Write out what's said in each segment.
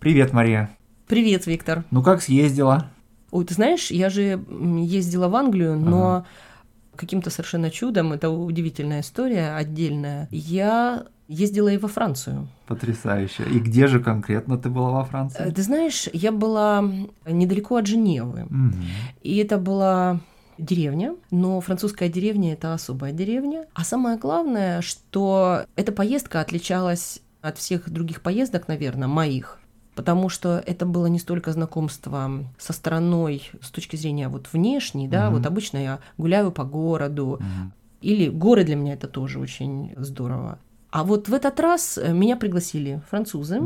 Привет, Мария. Привет, Виктор. Ну как съездила? Ой, ты знаешь, я же ездила в Англию, но каким-то совершенно чудом, это удивительная история, отдельная, я ездила и во Францию. Потрясающе. И где же конкретно ты была во Франции? Ты знаешь, я была недалеко от Женевы, и это была деревня, но французская деревня – это особая деревня. А самое главное, что эта поездка отличалась от всех других поездок, наверное, моих, потому что это было не столько знакомство со страной с точки зрения вот внешней, да, вот обычно я гуляю по городу, или горы для меня это тоже очень здорово. А вот в этот раз меня пригласили французы,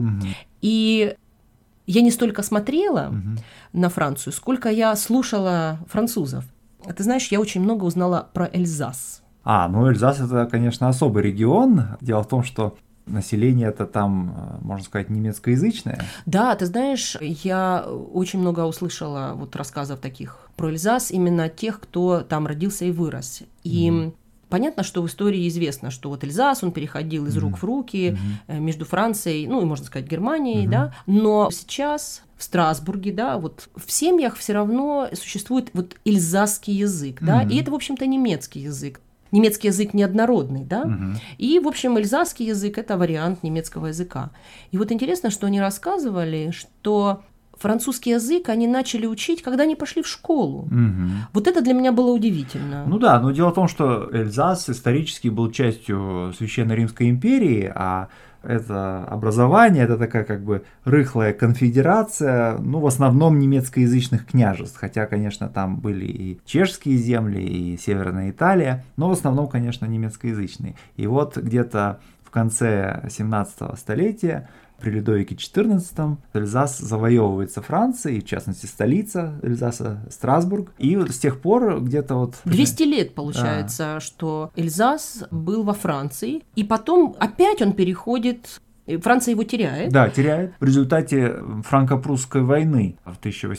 и я не столько смотрела на Францию, сколько я слушала французов. Ты знаешь, я очень много узнала про Эльзас. Ну Эльзас это, конечно, особый регион. Дело в том, что население это там, можно сказать, немецкоязычное. Да, ты знаешь, я очень много услышала вот рассказов таких про Эльзас, именно от тех, кто там родился и вырос. И понятно, что в истории известно, что вот Эльзас, он переходил из рук в руки между Францией, ну и, можно сказать, Германией, да, но сейчас в Страсбурге, да, вот в семьях все равно существует вот эльзасский язык, да, и это, в общем-то, немецкий язык. Немецкий язык неоднородный, да, и, в общем, эльзасский язык – это вариант немецкого языка. И вот интересно, что они рассказывали, что французский язык они начали учить, когда они пошли в школу. Вот это для меня было удивительно. Ну да, но дело в том, что Эльзас исторически был частью Священной Римской империи, а это образование, это такая как бы рыхлая конфедерация, ну, в основном немецкоязычных княжеств, хотя, конечно, там были и чешские земли, и Северная Италия, но в основном, конечно, немецкоязычные. И вот где-то в конце 17 столетия при Людовике XIV Эльзас завоевывается Францией, в частности, столица Эльзаса Страсбург. И вот с тех пор где-то вот... 200 лет, получается, что Эльзас был во Франции, и потом опять он переходит... Франция его теряет. Да, теряет в результате франко-прусской войны в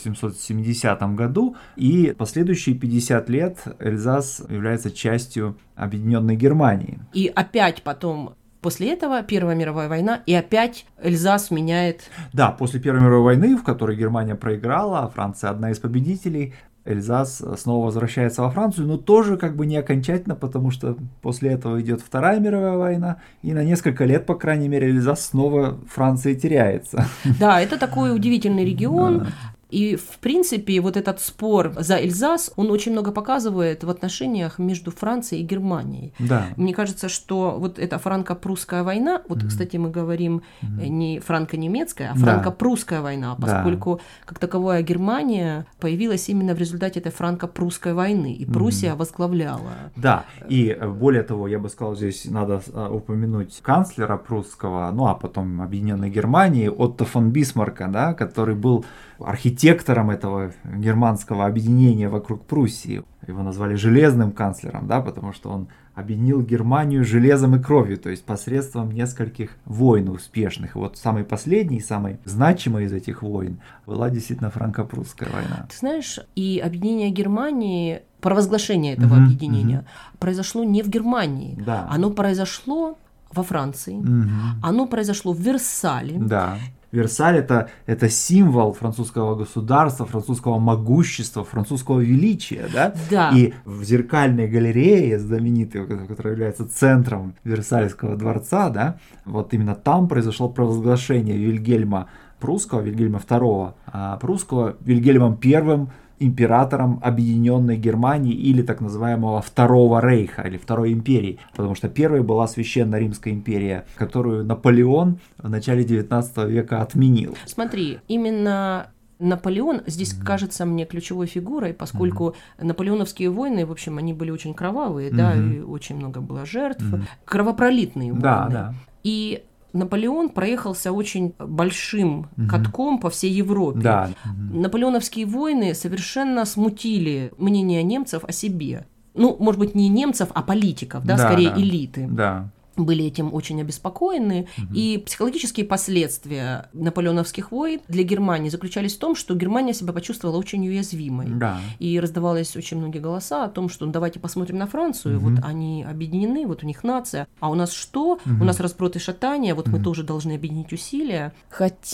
1870 году. И последующие 50 лет Эльзас является частью Объединенной Германии. И опять потом... После этого Первая мировая война, и опять Эльзас меняет... Да, после Первой мировой войны, в которой Германия проиграла, а Франция одна из победителей, Эльзас снова возвращается во Францию, но тоже как бы не окончательно, потому что после этого идет Вторая мировая война, и на несколько лет, по крайней мере, Эльзас снова Франции теряется. Да, это такой удивительный регион. И, в принципе, вот этот спор за Эльзас, он очень много показывает в отношениях между Францией и Германией. Да. Мне кажется, что вот эта франко-прусская война, вот, кстати, мы говорим не франко-немецкая, а франко-прусская война, поскольку как таковая Германия появилась именно в результате этой франко-прусской войны, и Пруссия возглавляла. Да, и более того, я бы сказал, здесь надо упомянуть канцлера прусского, ну а потом Объединенной Германии, Отто фон Бисмарка, да, который был архитектором этого германского объединения вокруг Пруссии. Его назвали железным канцлером, да, потому что он объединил Германию железом и кровью, то есть посредством нескольких войн успешных. И вот самый последний, самый значимый из этих войн была действительно франко-прусская война. Ты знаешь, и объединение Германии, провозглашение этого объединения произошло не в Германии, оно произошло во Франции, оно произошло в Версале. Да. Версаль это символ французского государства, французского могущества, французского величия, да? Да. И в зеркальной галерее, знаменитой, которая является центром Версальского дворца, да, вот именно там произошло провозглашение Вильгельма Прусского, Вильгельма II, Прусского Вильгельмом I, императором Объединенной Германии или так называемого Второго Рейха или Второй империи, потому что первой была Священная Римская империя, которую Наполеон в начале 19 века отменил. Смотри, именно Наполеон здесь кажется мне ключевой фигурой, поскольку наполеоновские войны, в общем, они были очень кровавые, да, и очень много было жертв, кровопролитные войны. Да. И Наполеон проехался очень большим катком по всей Европе. Да. Наполеоновские войны совершенно смутили мнение немцев о себе. Ну, может быть, не немцев, а политиков, да, скорее элиты. Да. Были этим очень обеспокоены, и психологические последствия наполеоновских войн для Германии заключались в том, что Германия себя почувствовала очень уязвимой. Да. И раздавались очень многие голоса о том, что давайте посмотрим на Францию, вот они объединены, вот у них нация, а у нас что? У нас разброд и шатание, вот мы тоже должны объединить усилия. Хотя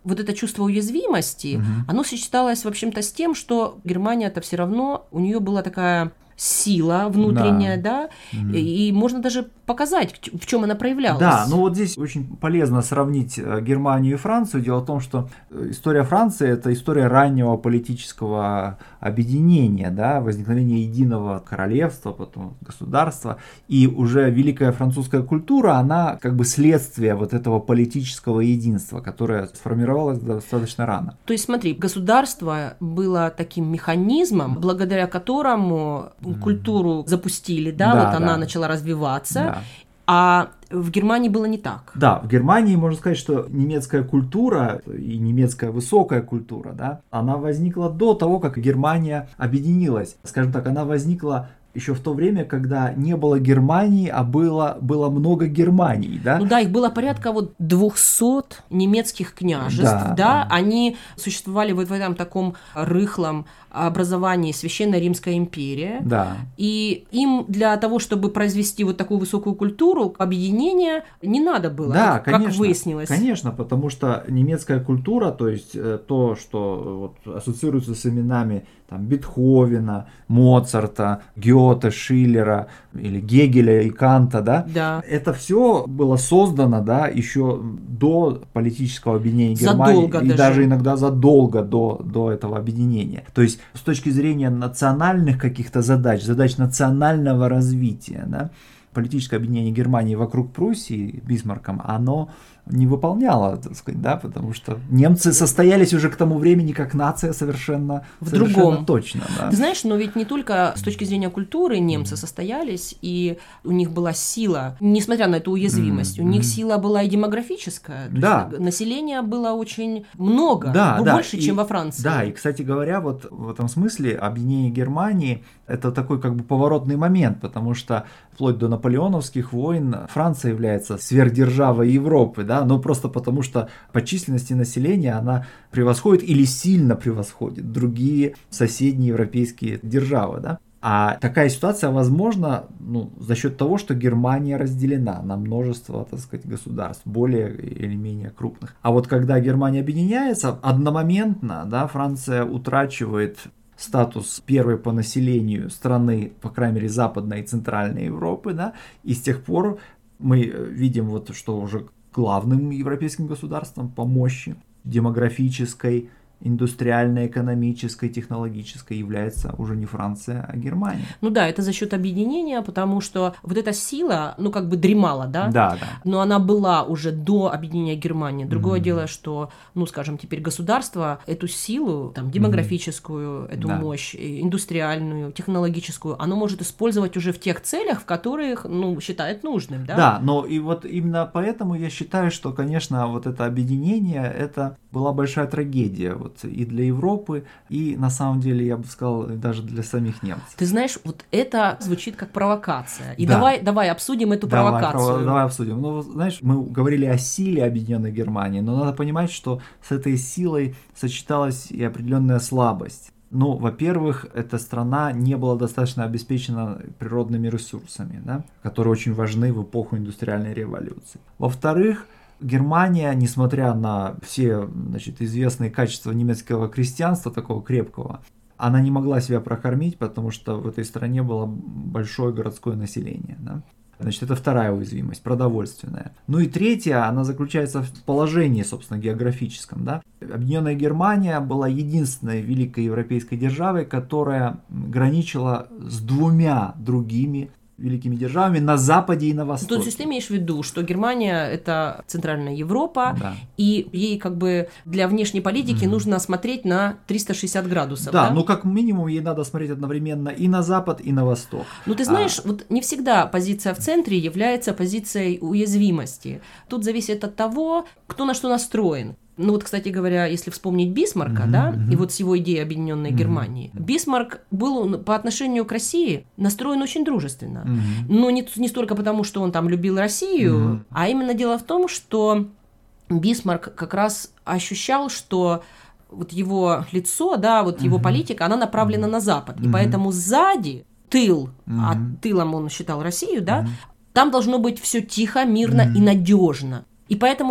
вот это чувство уязвимости, оно сочеталось, в общем-то, с тем, что Германия-то все равно, у нее была такая сила внутренняя, да, и можно даже показать, в чем она проявлялась. Да, ну вот здесь очень полезно сравнить Германию и Францию. Дело в том, что история Франции – это история раннего политического объединения, да, возникновения единого королевства, потом государства, и уже великая французская культура, она как бы следствие вот этого политического единства, которое сформировалось достаточно рано. То есть смотри, государство было таким механизмом, благодаря которому культуру запустили, да, вот она начала развиваться, а в Германии было не так. Да, в Германии можно сказать, что немецкая культура и немецкая высокая культура, да, она возникла до того, как Германия объединилась. Скажем так, она возникла еще в то время, когда не было Германии, а было много Германий, да? Ну да, их было порядка вот 200 немецких княжеств, да. Они существовали вот в этом таком рыхлом образовании Священная Римская империя, и им для того, чтобы произвести вот такую высокую культуру, объединения не надо было, как выяснилось. Конечно, потому что немецкая культура, то есть то, что вот ассоциируется с именами там, Бетховена, Моцарта, Гёте, Шиллера или Гегеля и Канта, да, это все было создано, да, еще до политического объединения Германии и даже иногда задолго до этого объединения. То есть с точки зрения национальных каких-то задач национального развития, да, политическое объединение Германии вокруг Пруссии Бисмарком, оно не выполняло, так сказать, да, потому что немцы состоялись уже к тому времени как нация совершенно точно. Да. Ты знаешь, но ведь не только с точки зрения культуры немцы состоялись, и у них была сила, несмотря на эту уязвимость, у них сила была и демографическая, то есть населения было очень много, больше, чем во Франции. Да, и, кстати говоря, вот в этом смысле объединение Германии – это такой как бы поворотный момент, потому что вплоть до наполеоновских войн Франция является сверхдержавой Европы, да, но просто потому, что по численности населения она превосходит или сильно превосходит другие соседние европейские державы, да. А такая ситуация возможна за счет того, что Германия разделена на множество, так сказать, государств, более или менее крупных. А вот когда Германия объединяется, одномоментно, да, Франция утрачивает статус первой по населению страны, по крайней мере, Западной и Центральной Европы, да, и с тех пор мы видим, вот, что уже главным европейским государством по мощи демографической, индустриальной, экономической, технологической является уже не Франция, а Германия. Ну да, это за счет объединения, потому что вот эта сила, как бы дремала, да? Да. Но она была уже до объединения Германии. Другое дело, что, скажем, теперь государство эту силу, там, демографическую, эту мощь, индустриальную, технологическую, оно может использовать уже в тех целях, в которых, считает нужным, да? Да, но и вот именно поэтому я считаю, что, конечно, вот это объединение, это была большая трагедия, вот, и для Европы, и на самом деле, я бы сказал, даже для самих немцев. Ты знаешь, вот это звучит как провокация. И давай обсудим эту провокацию. Давай обсудим. Знаешь, мы говорили о силе Объединенной Германии, но надо понимать, что с этой силой сочеталась и определенная слабость. Во-первых, эта страна не была достаточно обеспечена природными ресурсами, да, которые очень важны в эпоху индустриальной революции. Во-вторых, Германия, несмотря на все, известные качества немецкого крестьянства, такого крепкого, она не могла себя прокормить, потому что в этой стране было большое городское население. Да? Это вторая уязвимость, продовольственная. И третья, она заключается в положении, собственно, географическом. Да? Объединенная Германия была единственной великой европейской державой, которая граничила с двумя другими великими державами на Западе и на Востоке. То есть ты имеешь в виду, что Германия – это Центральная Европа, и ей как бы для внешней политики нужно смотреть на 360 градусов, да? Как минимум ей надо смотреть одновременно и на Запад, и на Восток. Ты знаешь, вот не всегда позиция в центре является позицией уязвимости. Тут зависит от того, кто на что настроен. Кстати говоря, если вспомнить Бисмарка, и вот с его идеей объединенной Германии, Бисмарк был по отношению к России настроен очень дружественно. Но не столько потому, что он там любил Россию, а именно дело в том, что Бисмарк как раз ощущал, что вот его лицо, его политика, она направлена на Запад. И поэтому сзади, тыл, а тылом он считал Россию, там должно быть все тихо, мирно и надежно. И поэтому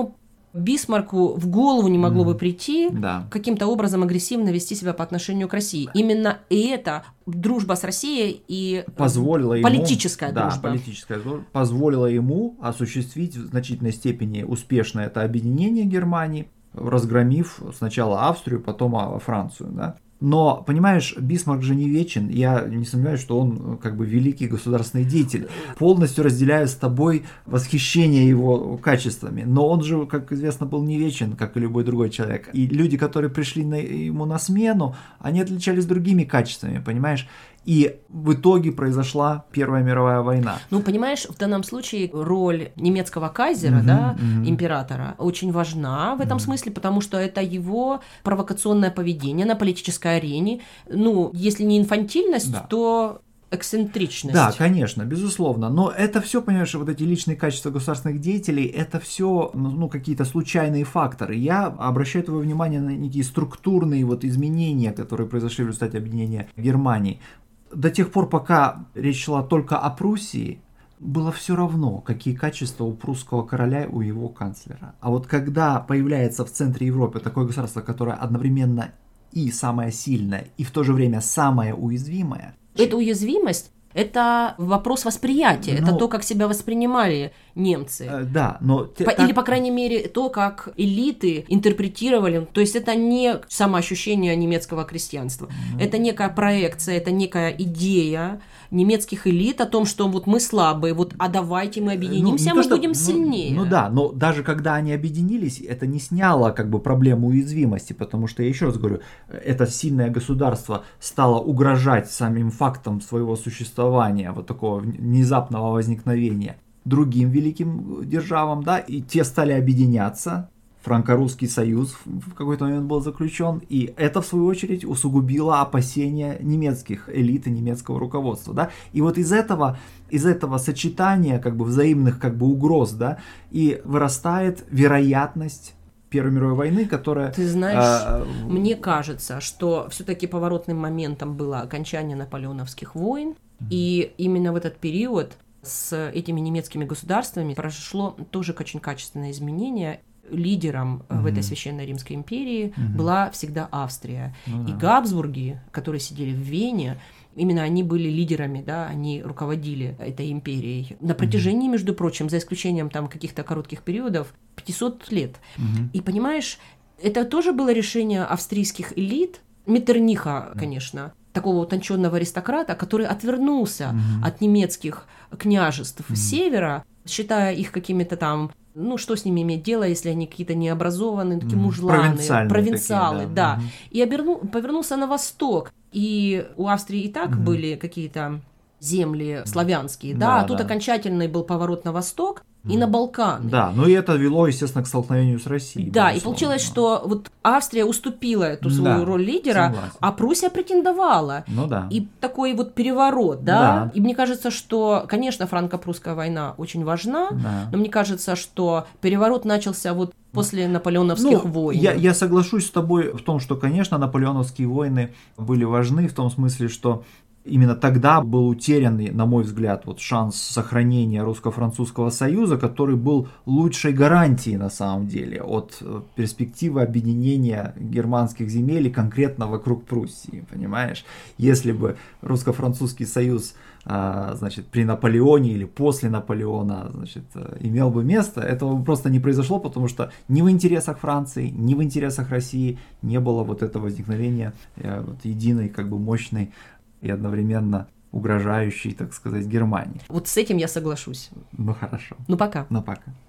Бисмарку в голову не могло бы прийти Да. каким-то образом агрессивно вести себя по отношению к России. Именно эта дружба с Россией и Позволила ему, политическая дружба. политическая дружба позволила ему осуществить в значительной степени успешно это объединение Германии, разгромив сначала Австрию, потом Францию, да. Но, понимаешь, Бисмарк же не вечен, я не сомневаюсь, что он как бы великий государственный деятель. Полностью разделяю с тобой восхищение его качествами, но он же, как известно, был не вечен, как и любой другой человек. И люди, которые пришли ему на смену, они отличались другими качествами, понимаешь? И в итоге произошла Первая мировая война. Ну, понимаешь, в данном случае роль немецкого кайзера, императора, очень важна в этом смысле, потому что это его провокационное поведение на политической арене. Ну, если не инфантильность, то эксцентричность. Да, конечно, безусловно. Но это все, понимаешь, вот эти личные качества государственных деятелей, это все, ну, какие-то случайные факторы. Я обращаю твое внимание на некие структурные вот изменения, которые произошли в результате объединения Германии. До тех пор, пока речь шла только о Пруссии, было все равно, какие качества у прусского короля и у его канцлера. А вот когда появляется в центре Европы такое государство, которое одновременно и самое сильное, и в то же время самое уязвимое. Эта уязвимость – это вопрос восприятия, это то, как себя воспринимали немцы. Да, но... Или, по крайней мере, то, как элиты интерпретировали. То есть это не самоощущение немецкого крестьянства. Это некая проекция, это некая идея немецких элит о том, что вот мы слабые, вот, а давайте мы объединимся, мы будем сильнее. Ну да, но даже когда они объединились, это не сняло как бы проблему уязвимости, потому что, я еще раз говорю, это сильное государство стало угрожать самим фактом своего существования, вот такого внезапного возникновения другим великим державам, да, и те стали объединяться. Франко-русский союз в какой-то момент был заключен, и это, в свою очередь, усугубило опасения немецких элит и немецкого руководства, да, и вот из этого сочетания, как бы, взаимных, как бы, угроз, да, и вырастает вероятность Первой мировой войны, которая... Ты знаешь, мне кажется, что все-таки поворотным моментом было окончание наполеоновских войн, и именно в этот период с этими немецкими государствами произошло тоже очень качественное изменение. Лидером в этой Священной Римской империи была всегда Австрия. И Габсбурги, которые сидели в Вене, именно они были лидерами, да, они руководили этой империей на протяжении, между прочим, за исключением там каких-то коротких периодов, 500 лет. И понимаешь, это тоже было решение австрийских элит, Меттерниха, конечно, такого утонченного аристократа, который отвернулся от немецких княжеств севера, считая их какими-то там, ну, что с ними иметь дело, если они какие-то необразованные, такие мужланы, провинциалы, такие, да. И повернулся на восток. И у Австрии и так были какие-то земли славянские, да, а тут окончательный был поворот на восток и на Балканы. Да, ну и это вело, естественно, к столкновению с Россией. Да, безусловно. И получилось, что вот Австрия уступила эту свою роль лидера, а Пруссия претендовала. Ну да. И такой вот переворот, да. И мне кажется, что, конечно, франко-прусская война очень важна, но мне кажется, что переворот начался вот после наполеоновских войн. Я соглашусь с тобой в том, что, конечно, наполеоновские войны были важны в том смысле, что именно тогда был утерян, на мой взгляд, вот шанс сохранения русско-французского союза, который был лучшей гарантией на самом деле от перспективы объединения германских земель и конкретно вокруг Пруссии, понимаешь? Если бы русско-французский союз, значит, при Наполеоне или после Наполеона, значит, имел бы место, этого бы просто не произошло, потому что ни в интересах Франции, ни в интересах России не было вот этого возникновения вот единой, как бы, мощной и одновременно угрожающей, так сказать, Германии. Вот с этим я соглашусь. Ну хорошо. Ну пока. Ну пока.